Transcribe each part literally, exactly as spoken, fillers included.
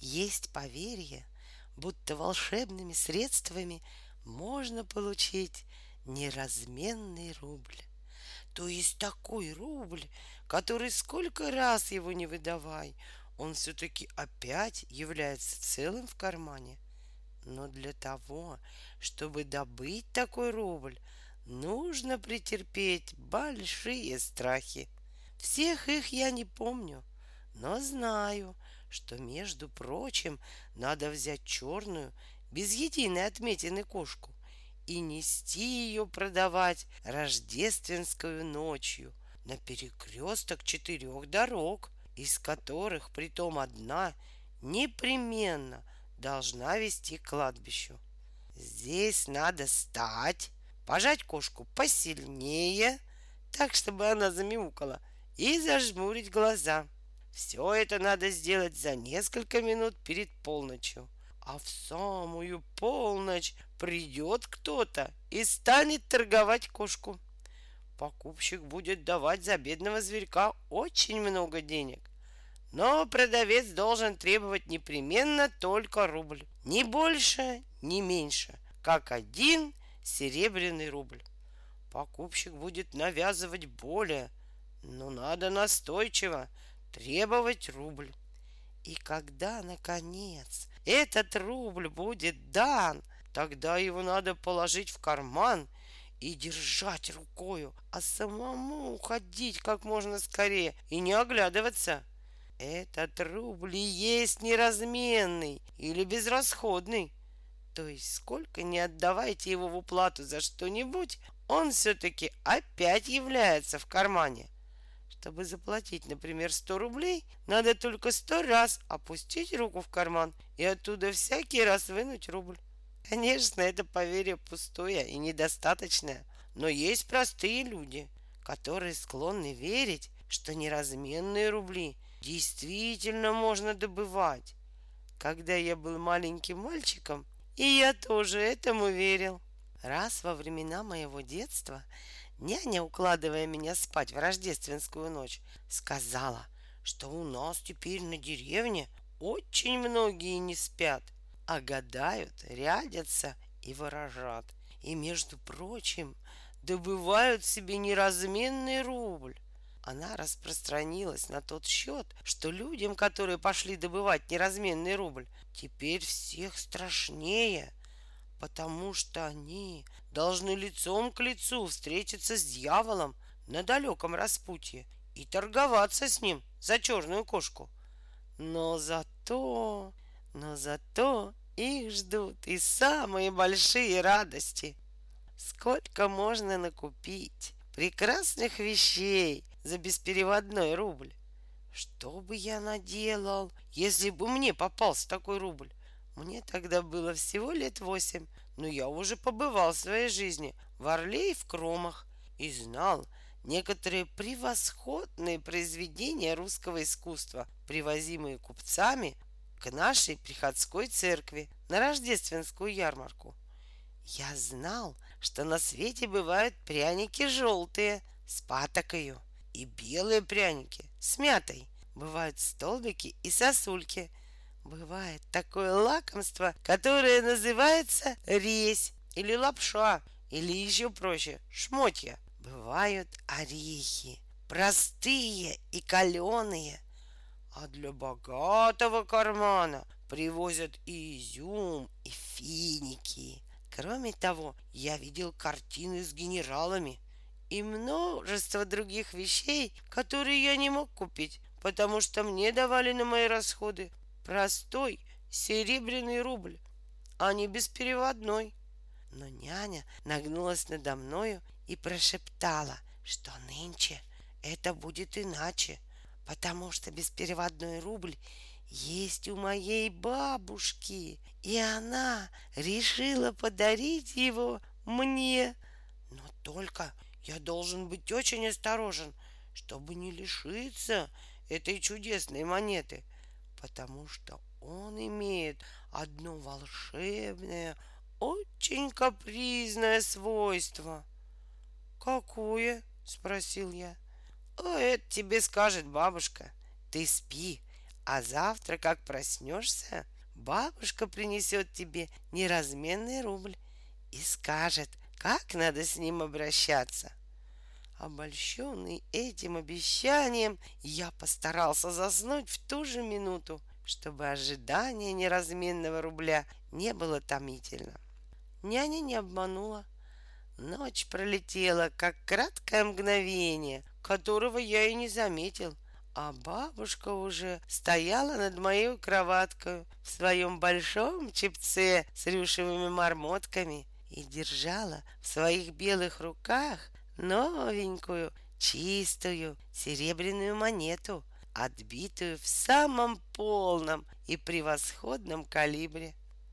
Есть поверье, будто волшебными средствами можно получить неразменный рубль. То есть такой рубль, который сколько раз его не выдавай, он все-таки опять является целым в кармане. Но для того, чтобы добыть такой рубль, нужно претерпеть большие страхи. Всех их я не помню, но знаю, что, между прочим, надо взять черную, без единой отметины кошку и нести ее продавать рождественскую ночью на перекресток четырех дорог, из которых притом одна непременно должна вести к кладбищу. Здесь надо стать, пожать кошку посильнее, так, чтобы она замяукала, и зажмурить глаза. Все это надо сделать за несколько минут перед полночью. А в самую полночь придет кто-то и станет торговать кошку. Покупщик будет давать за бедного зверька очень много денег. Но продавец должен требовать непременно только рубль. Ни больше, ни меньше, как один серебряный рубль. Покупщик будет навязывать более, но надо настойчиво требовать рубль. И когда, наконец, этот рубль будет дан, тогда его надо положить в карман и держать рукою, а самому уходить как можно скорее и не оглядываться. Этот рубль и есть неразменный или безрасходный. То есть сколько не отдавайте его в уплату за что-нибудь, он все-таки опять является в кармане. Чтобы заплатить, например, сто рублей, надо только сто раз опустить руку в карман и оттуда всякий раз вынуть рубль. Конечно, это поверье пустое и недостаточное, но есть простые люди, которые склонны верить, что неразменные рубли действительно можно добывать. Когда я был маленьким мальчиком, и я тоже этому верил. Раз во времена моего детства няня, укладывая меня спать в рождественскую ночь, сказала, что у нас теперь на деревне очень многие не спят, а гадают, рядятся и ворожат. И, между прочим, добывают себе неразменный рубль. Она распространилась на тот счет, что людям, которые пошли добывать неразменный рубль, теперь всех страшнее, потому что они должны лицом к лицу встретиться с дьяволом на далеком распутье и торговаться с ним за черную кошку. Но зато, но зато их ждут и самые большие радости. Сколько можно накупить прекрасных вещей за беспереводной рубль? Что бы я наделал, если бы мне попался такой рубль? Мне тогда было всего лет восемь, но я уже побывал в своей жизни в Орле и в Кромах и знал некоторые превосходные произведения русского искусства, привозимые купцами к нашей приходской церкви на рождественскую ярмарку. Я знал, что на свете бывают пряники желтые с патокою и белые пряники с мятой. Бывают столбики и сосульки. Бывает такое лакомство, которое называется резь или лапша, или еще проще шмотья. Бывают орехи, простые и каленые. А для богатого кармана привозят и изюм, и финики. Кроме того, я видел картины с генералами и множество других вещей, которые я не мог купить, потому что мне давали на мои расходы простой серебряный рубль, а не беспереводной. Но няня нагнулась надо мною и прошептала, что нынче это будет иначе, потому что беспереводной рубль есть у моей бабушки, и она решила подарить его мне. Но только я должен быть очень осторожен, чтобы не лишиться этой чудесной монеты, потому что он имеет одно волшебное, очень капризное свойство. «Какое?» — спросил я. «О, это тебе скажет бабушка. Ты спи, А завтра, как проснешься, бабушка принесет тебе неразменный рубль и скажет, как надо с ним обращаться. Обольщенный этим обещанием, я постарался заснуть в ту же минуту, чтобы ожидание неразменного рубля не было томительно. Няня не обманула. Ночь пролетела, как краткое мгновение, которого я и не заметил, а бабушка уже стояла над моей кроваткой в своем большом чепце с рюшевыми мармотками и держала в своих белых руках новенькую, чистую серебряную монету, отбитую в самом полном и превосходном калибре.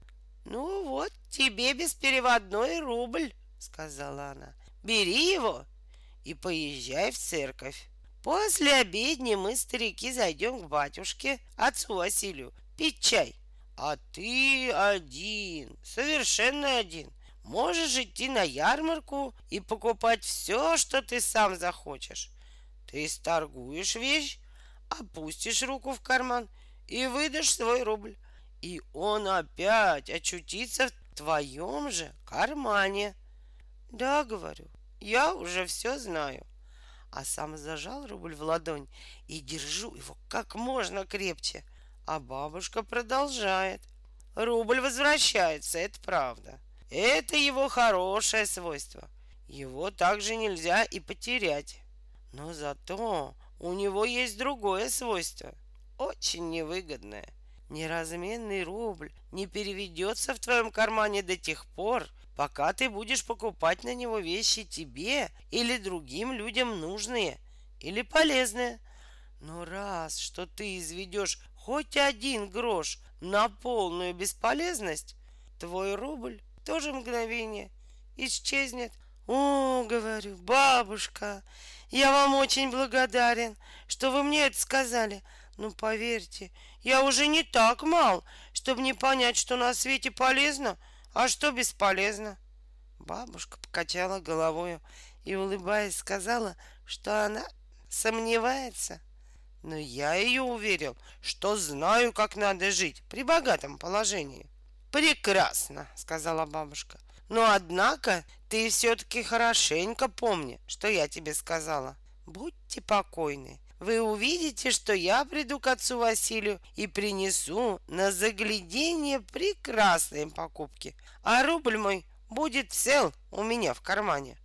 «Ну вот тебе беспереводной рубль», — сказала она. «Бери его и поезжай в церковь. После обедни мы, старики, зайдем к батюшке, отцу Василию, пить чай. А ты один, совершенно один, можешь идти на ярмарку и покупать все, что ты сам захочешь. Ты сторгуешь вещь, опустишь руку в карман и выдашь свой рубль, и он опять очутится в твоем же кармане». «Да, — говорю, — я уже все знаю». А сам зажал рубль в ладонь и держу его как можно крепче. А бабушка продолжает. Рубль возвращается, это правда. Это его хорошее свойство. Его также нельзя и потерять. Но зато у него есть другое свойство, очень невыгодное. Неразменный рубль не переведется в твоем кармане до тех пор, пока ты будешь покупать на него вещи тебе или другим людям нужные или полезные. Но раз, что ты изведешь хоть один грош на полную бесполезность, твой рубль в то же мгновение исчезнет. «О, — говорю, — бабушка, я вам очень благодарен, что вы мне это сказали. Но поверьте, я уже не так мал, чтобы не понять, что на свете полезно, а что бесполезно». Бабушка покачала головой и, улыбаясь, сказала, что она сомневается. Но я ее уверил, что знаю, как надо жить при богатом положении. «Прекрасно, — сказала бабушка, — но однако ты все-таки хорошенько помни, что я тебе сказала. Будьте покойны. Вы увидите, что я приду к отцу Василию и принесу на загляденье прекрасные покупки, а рубль мой будет цел у меня в кармане».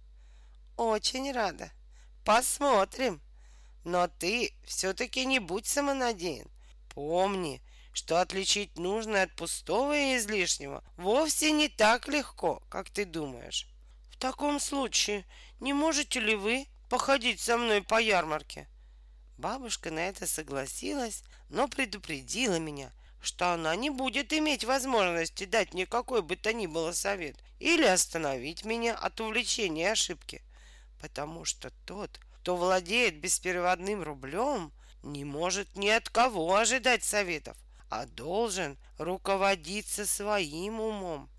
«Очень рада. Посмотрим. Но ты все-таки не будь самонадеян. Помни, что отличить нужное от пустого и излишнего вовсе не так легко, как ты думаешь. В таком случае не можете ли вы походить со мной по ярмарке?» Бабушка на это согласилась, но предупредила меня, что она не будет иметь возможности дать мне какой бы то ни было совет или остановить меня от увлечения и ошибки, потому что тот, кто владеет беспереводным рублем, не может ни от кого ожидать советов, а должен руководиться своим умом.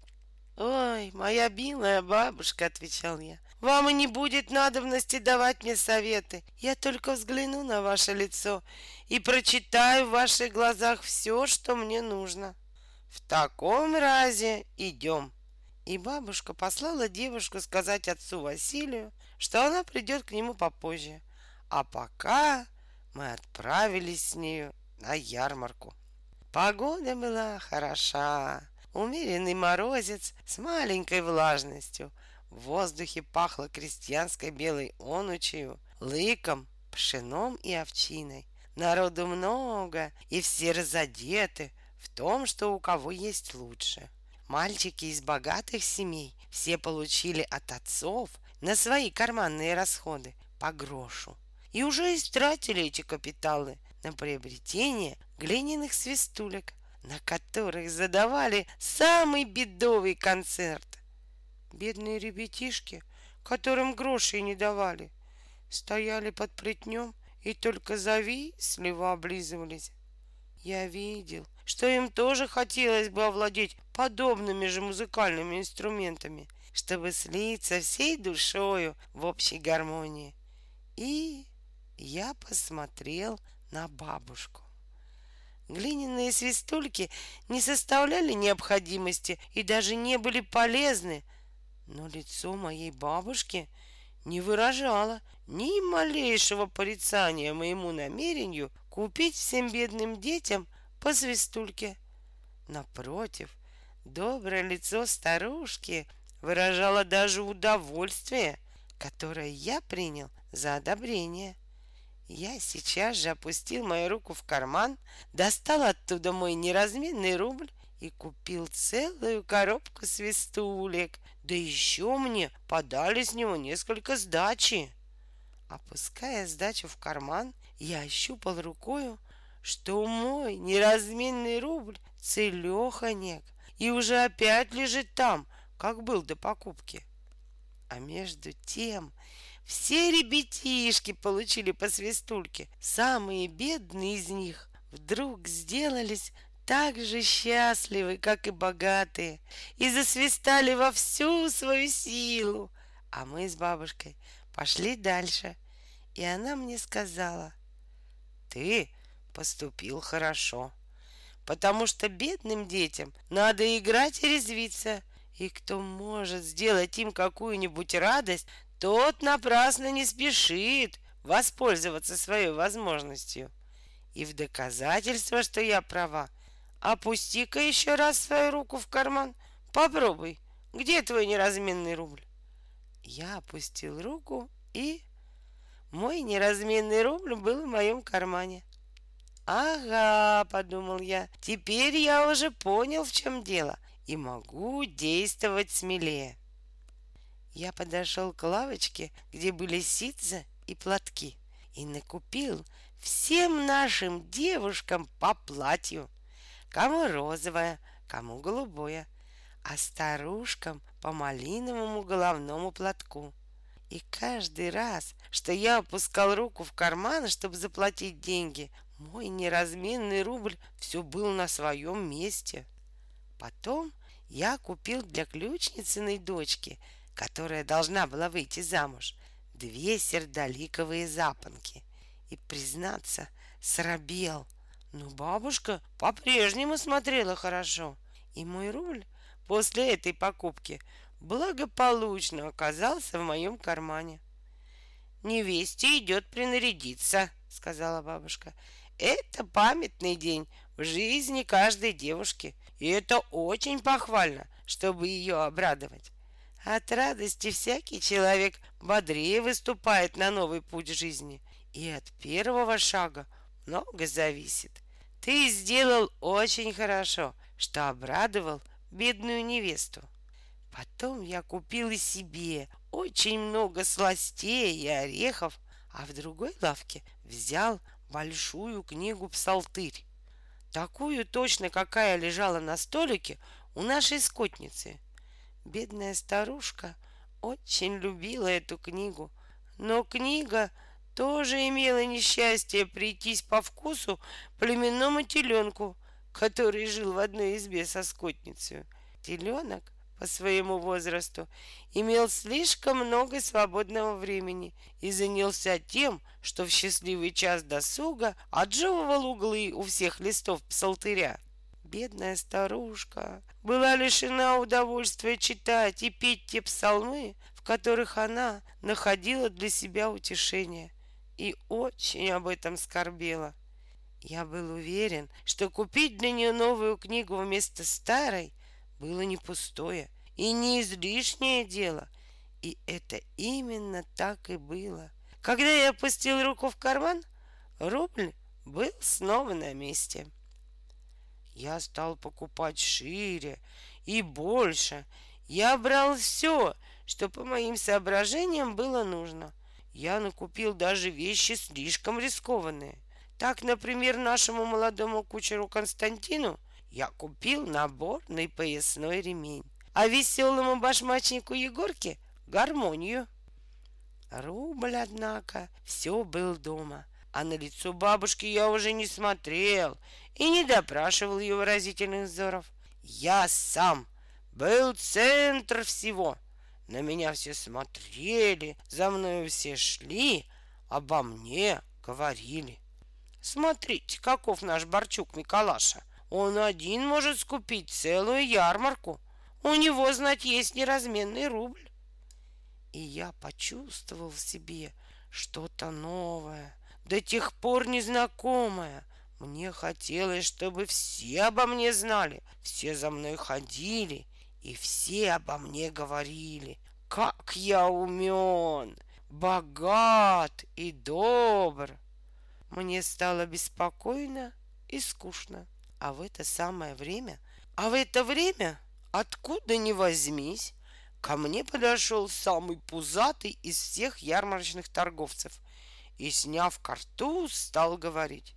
«Ой, моя милая бабушка, — отвечал я, — вам и не будет надобности давать мне советы. Я только взгляну на ваше лицо и прочитаю в ваших глазах все, что мне нужно». «В таком разе идем». И бабушка послала девушку сказать отцу Василию, что она придет к нему попозже. А пока мы отправились с нею на ярмарку. Погода была хороша. Умеренный морозец с маленькой влажностью. В воздухе пахло крестьянской белой онучью, лыком, пшеном и овчиной. Народу много, и все разодеты в том, что у кого есть лучше. Мальчики из богатых семей все получили от отцов на свои карманные расходы по грошу и уже истратили эти капиталы на приобретение глиняных свистулек, на которых задавали самый бедовый концерт. Бедные ребятишки, которым грошей не давали, стояли под плетнем и только завистливо облизывались. Я видел, что им тоже хотелось бы овладеть подобными же музыкальными инструментами, чтобы слиться всей душою в общей гармонии. И я посмотрел на бабушку. Глиняные свистульки не составляли необходимости и даже не были полезны, но лицо моей бабушки не выражало ни малейшего порицания моему намерению купить всем бедным детям по свистульке. Напротив, доброе лицо старушки выражало даже удовольствие, которое я принял за одобрение. Я сейчас же опустил мою руку в карман, достал оттуда мой неразменный рубль и купил целую коробку свистулек. Да еще мне подали с него несколько сдачи. Опуская сдачу в карман, я ощупал рукою, что мой неразменный рубль целеханек и уже опять лежит там, как был до покупки. А между тем все ребятишки получили по свистульке. Самые бедные из них вдруг сделались так же счастливы, как и богатые, и засвистали во всю свою силу. А мы с бабушкой пошли дальше, и она мне сказала: «Ты поступил хорошо, потому что бедным детям надо играть и резвиться, и кто может сделать им какую-нибудь радость, тот напрасно не спешит воспользоваться своей возможностью. И в доказательство, что я права, опусти-ка еще раз свою руку в карман. Попробуй, где твой неразменный рубль?» Я опустил руку, и мой неразменный рубль был в моем кармане. «Ага», — подумал я, — «теперь я уже понял, в чем дело, и могу действовать смелее». Я подошел к лавочке, где были ситца и платки, и накупил всем нашим девушкам по платью, кому розовое, кому голубое, а старушкам по малиновому головному платку. И каждый раз, что я опускал руку в карман, чтобы заплатить деньги, мой неразменный рубль все был на своем месте. Потом я купил для ключницыной дочки, которая должна была выйти замуж, две сердоликовые запонки. И, признаться, срабел. Но бабушка по-прежнему смотрела хорошо, и мой рубль после этой покупки благополучно оказался в моем кармане. «Невесте идет принарядиться», — сказала бабушка. «Это памятный день в жизни каждой девушки, и это очень похвально, чтобы ее обрадовать. От радости всякий человек бодрее выступает на новый путь жизни, и от первого шага много зависит. Ты сделал очень хорошо, что обрадовал бедную невесту». Потом я купил и себе очень много сластей и орехов, а в другой лавке взял большую книгу «Псалтырь», такую точно, какая лежала на столике у нашей скотницы. Бедная старушка очень любила эту книгу, но книга тоже имела несчастье прийтись по вкусу племенному теленку, который жил в одной избе со скотницей. Теленок по своему возрасту имел слишком много свободного времени и занялся тем, что в счастливый час досуга отжевывал углы у всех листов псалтыря. Бедная старушка была лишена удовольствия читать и петь те псалмы, в которых она находила для себя утешение, и очень об этом скорбела. Я был уверен, что купить для нее новую книгу вместо старой было не пустое и не излишнее дело, и это именно так и было. Когда я опустил руку в карман, рубль был снова на месте. Я стал покупать шире и больше. Я брал все, что по моим соображениям было нужно. Я накупил даже вещи слишком рискованные. Так, например, нашему молодому кучеру Константину я купил наборный поясной ремень, а веселому башмачнику Егорке — гармонию. Рубль, однако, все был дома, а на лицо бабушки я уже не смотрел и не допрашивал ее выразительных взоров. Я сам был центр всего. На меня все смотрели, за мною все шли, обо мне говорили. Смотрите, каков наш Борчук Миколаша. Он один может скупить целую ярмарку. У него, знать, есть неразменный рубль. И я почувствовал в себе что-то новое, до тех пор незнакомое. Мне хотелось, чтобы все обо мне знали, все за мной ходили, и все обо мне говорили. Как я умен, богат и добр. Мне стало беспокойно и скучно. А в это самое время, а в это время, откуда ни возьмись, ко мне подошел самый пузатый из всех ярмарочных торговцев и, сняв картуз, стал говорить: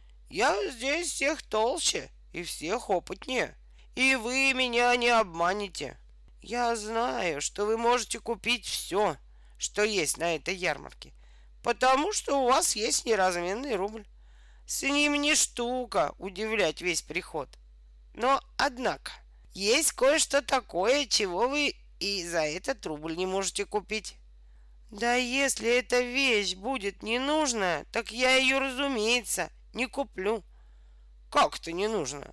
«Я здесь всех толще и всех опытнее, и вы меня не обманете. Я знаю, что вы можете купить все, что есть на этой ярмарке, потому что у вас есть неразменный рубль. С ним не штука удивлять весь приход. Но, однако, есть кое-что такое, чего вы и за этот рубль не можете купить». «Да если эта вещь будет ненужная, так я ее, разумеется, не куплю». «Как-то не нужно?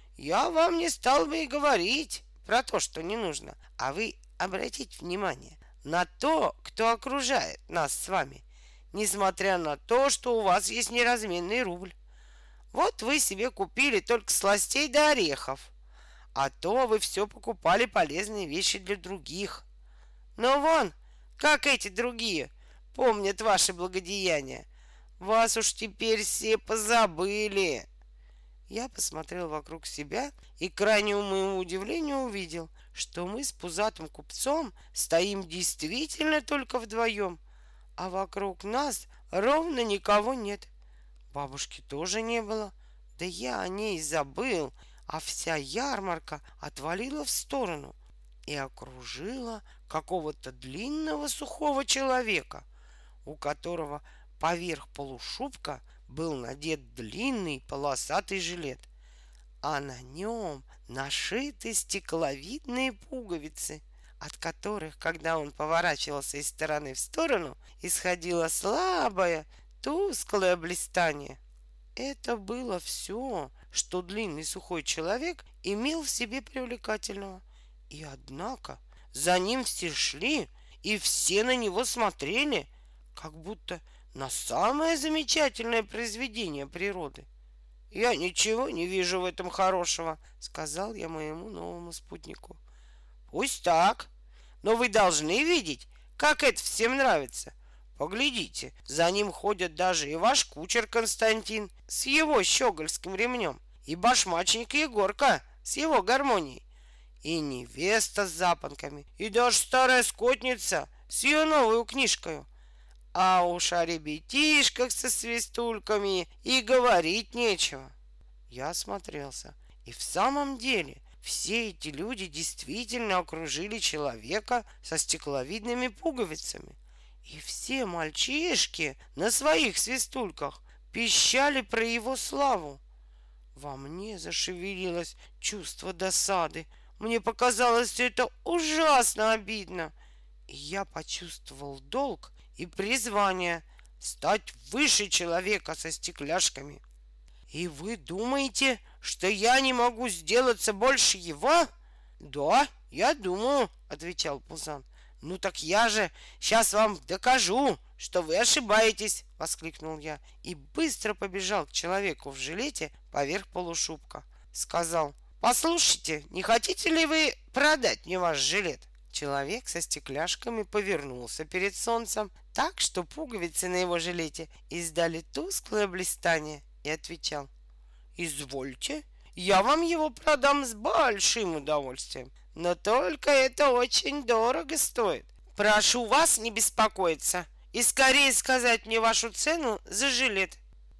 Я вам не стал бы и говорить про то, что не нужно. А вы обратите внимание на то, кто окружает нас с вами, несмотря на то, что у вас есть неразменный рубль. Вот вы себе купили только сластей да орехов, а то вы все покупали полезные вещи для других. Но вон, как эти другие помнят ваши благодеяния. Вас уж теперь все позабыли». Я посмотрел вокруг себя и, к крайнему моему удивлению, увидел, что мы с пузатым купцом стоим действительно только вдвоем, а вокруг нас ровно никого нет. Бабушки тоже не было, да я о ней забыл, а вся ярмарка отвалила в сторону и окружила какого-то длинного сухого человека, у которого поверх полушубка был надет длинный полосатый жилет, а на нем нашиты стекловидные пуговицы, от которых, когда он поворачивался из стороны в сторону, исходило слабое, тусклое блистание. Это было все, что длинный сухой человек имел в себе привлекательного. И однако за ним все шли, и все на него смотрели, как будто на самое замечательное произведение природы. «Я ничего не вижу в этом хорошего», — сказал я моему новому спутнику. «Пусть так, но вы должны видеть, как это всем нравится. Поглядите, за ним ходят даже и ваш кучер Константин с его щегольским ремнем, и башмачник Егорка с его гармонией, и невеста с запонками, и даже старая скотница с ее новой книжкой. А уж о ребятишках со свистульками и говорить нечего». Я осмотрелся, и в самом деле все эти люди действительно окружили человека со стекловидными пуговицами. И все мальчишки на своих свистульках пищали про его славу. Во мне зашевелилось чувство досады. Мне показалось все это ужасно обидно. И я почувствовал долг и призвание стать выше человека со стекляшками. «И вы думаете, что я не могу сделаться больше его?» «Да, я думаю», — отвечал Пузан. «Ну так я же сейчас вам докажу, что вы ошибаетесь!» — воскликнул я и быстро побежал к человеку в жилете поверх полушубка. Сказал: «Послушайте, не хотите ли вы продать мне ваш жилет?» Человек со стекляшками повернулся перед солнцем так, что пуговицы на его жилете издали тусклое блистание, и отвечал: «Извольте, я вам его продам с большим удовольствием, но только это очень дорого стоит. Прошу вас не беспокоиться и скорее сказать мне вашу цену за жилет».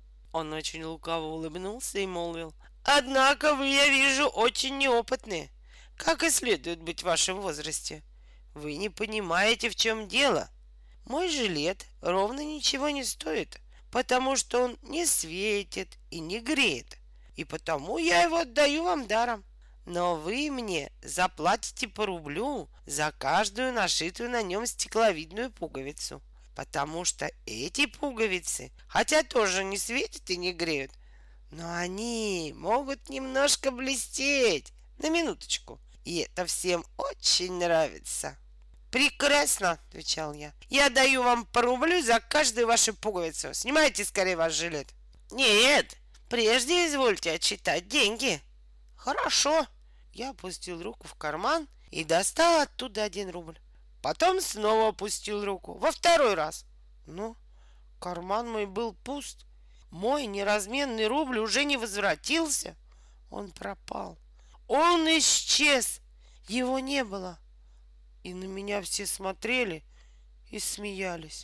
Он очень лукаво улыбнулся и молвил: «Однако вы, я вижу, очень неопытные, как и следует быть в вашем возрасте. Вы не понимаете, в чем дело. Мой жилет ровно ничего не стоит, потому что он не светит и не греет, и потому я его отдаю вам даром. Но вы мне заплатите по рублю за каждую нашитую на нем стекловидную пуговицу, потому что эти пуговицы, хотя тоже не светят и не греют, но они могут немножко блестеть на минуточку. И это всем очень нравится. Прекрасно, отвечал я. Я даю вам по рублю за каждую вашу пуговицу. Снимайте скорее ваш жилет. Нет, прежде извольте отчитать деньги. Хорошо. Я опустил руку в карман и достал оттуда один рубль. Потом снова опустил руку. Во второй раз. Ну, карман мой был пуст. Мой неразменный рубль уже не возвратился. Он пропал. Он исчез. Его не было. И на меня все смотрели и смеялись.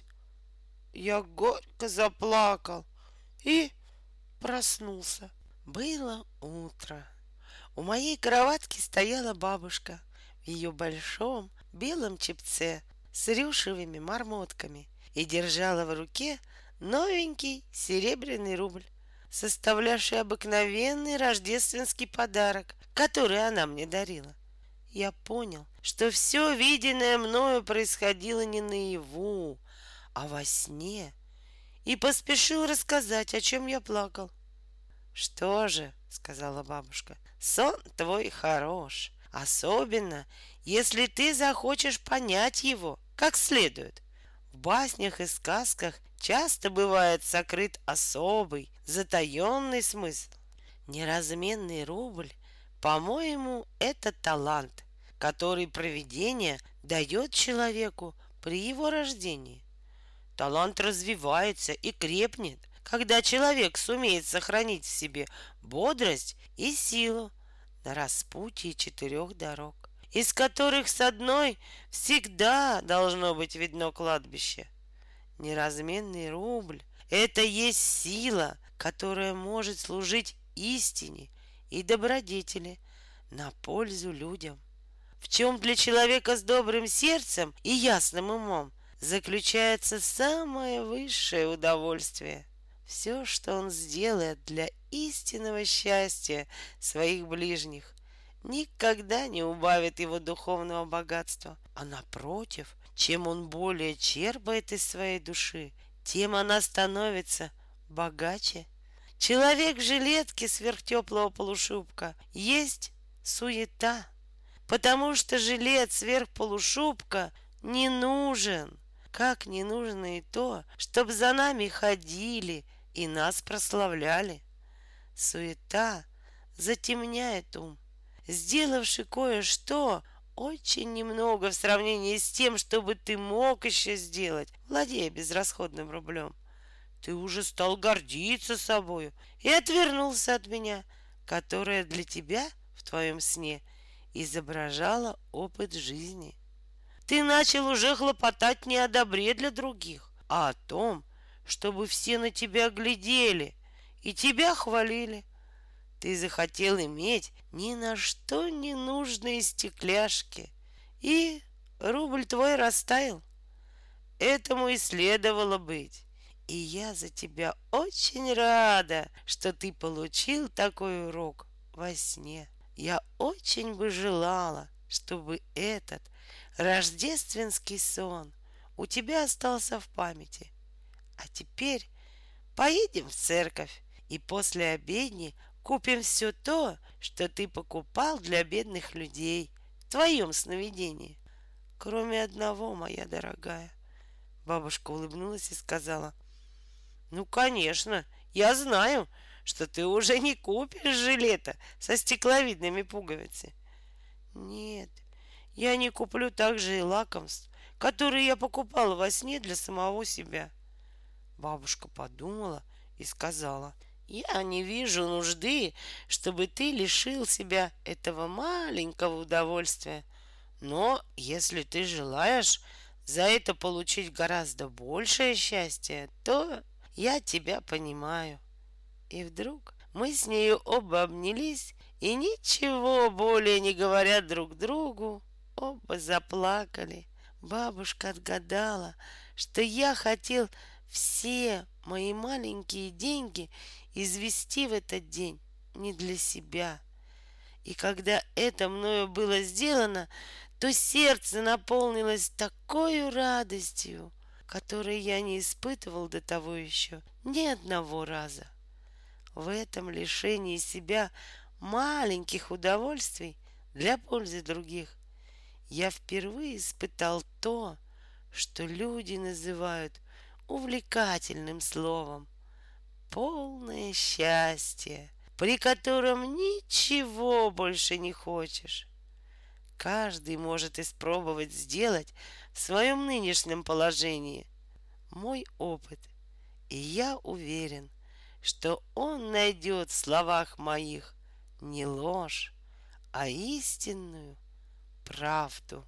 Я горько заплакал и проснулся. Было утро. У моей кроватки стояла бабушка в ее большом белом чепце с рюшевыми мармотками и держала в руке новенький серебряный рубль, составлявший обыкновенный рождественский подарок, который она мне дарила. Я понял, что все виденное мною происходило не наяву, а во сне, и поспешил рассказать, о чем я плакал. «Что же, — сказала бабушка, — сон твой хорош, особенно, если ты захочешь понять его как следует. В баснях и сказках часто бывает сокрыт особый, затаенный смысл. Неразменный рубль, по-моему, это талант, который провидение дает человеку при его рождении. Талант развивается и крепнет, когда человек сумеет сохранить в себе бодрость и силу на распутье четырех дорог, из которых с одной всегда должно быть видно кладбище. Неразменный рубль — это есть сила, которая может служить истине и добродетели на пользу людям. В чем для человека с добрым сердцем и ясным умом заключается самое высшее удовольствие. Все, что он сделает для истинного счастья своих ближних, никогда не убавит его духовного богатства, а напротив, чем он более черпает из своей души, тем она становится богаче. Человек в жилетке сверхтеплого полушубка есть суета, потому что жилет сверх полушубка не нужен, как не нужно и то, чтоб за нами ходили и нас прославляли. Суета затемняет ум, сделавши кое-что очень немного в сравнении с тем, что бы ты мог еще сделать, владея безрасходным рублем. Ты уже стал гордиться собою и отвернулся от меня, которая для тебя в твоем сне изображала опыт жизни. Ты начал уже хлопотать не о добре для других, а о том, чтобы все на тебя глядели и тебя хвалили. Ты захотел иметь ни на что не нужные стекляшки, и рубль твой растаял. Этому и следовало быть. И я за тебя очень рада, что ты получил такой урок во сне. Я очень бы желала, чтобы этот рождественский сон у тебя остался в памяти. А теперь поедем в церковь и после обедни купим все то, что ты покупал для бедных людей в твоем сновидении. Кроме одного, моя дорогая. Бабушка улыбнулась и сказала: ну, конечно, я знаю, что ты уже не купишь жилета со стекловидными пуговицами. Нет, я не куплю также и лакомств, которые я покупала во сне для самого себя. Бабушка подумала и сказала: я не вижу нужды, чтобы ты лишил себя этого маленького удовольствия. Но если ты желаешь за это получить гораздо большее счастье, то я тебя понимаю. И вдруг мы с нею оба обнялись и, ничего более не говоря друг другу, оба заплакали. Бабушка отгадала, что я хотел все мои маленькие деньги извести в этот день не для себя. И когда это мною было сделано, то сердце наполнилось такой радостью, которые я не испытывал до того еще ни одного раза. В этом лишении себя маленьких удовольствий для пользы других я впервые испытал то, что люди называют увлекательным словом полное счастье, при котором ничего больше не хочешь. Каждый может испробовать сделать в своем нынешнем положении. Мой опыт, и я уверен, что он найдет в словах моих не ложь, а истинную правду.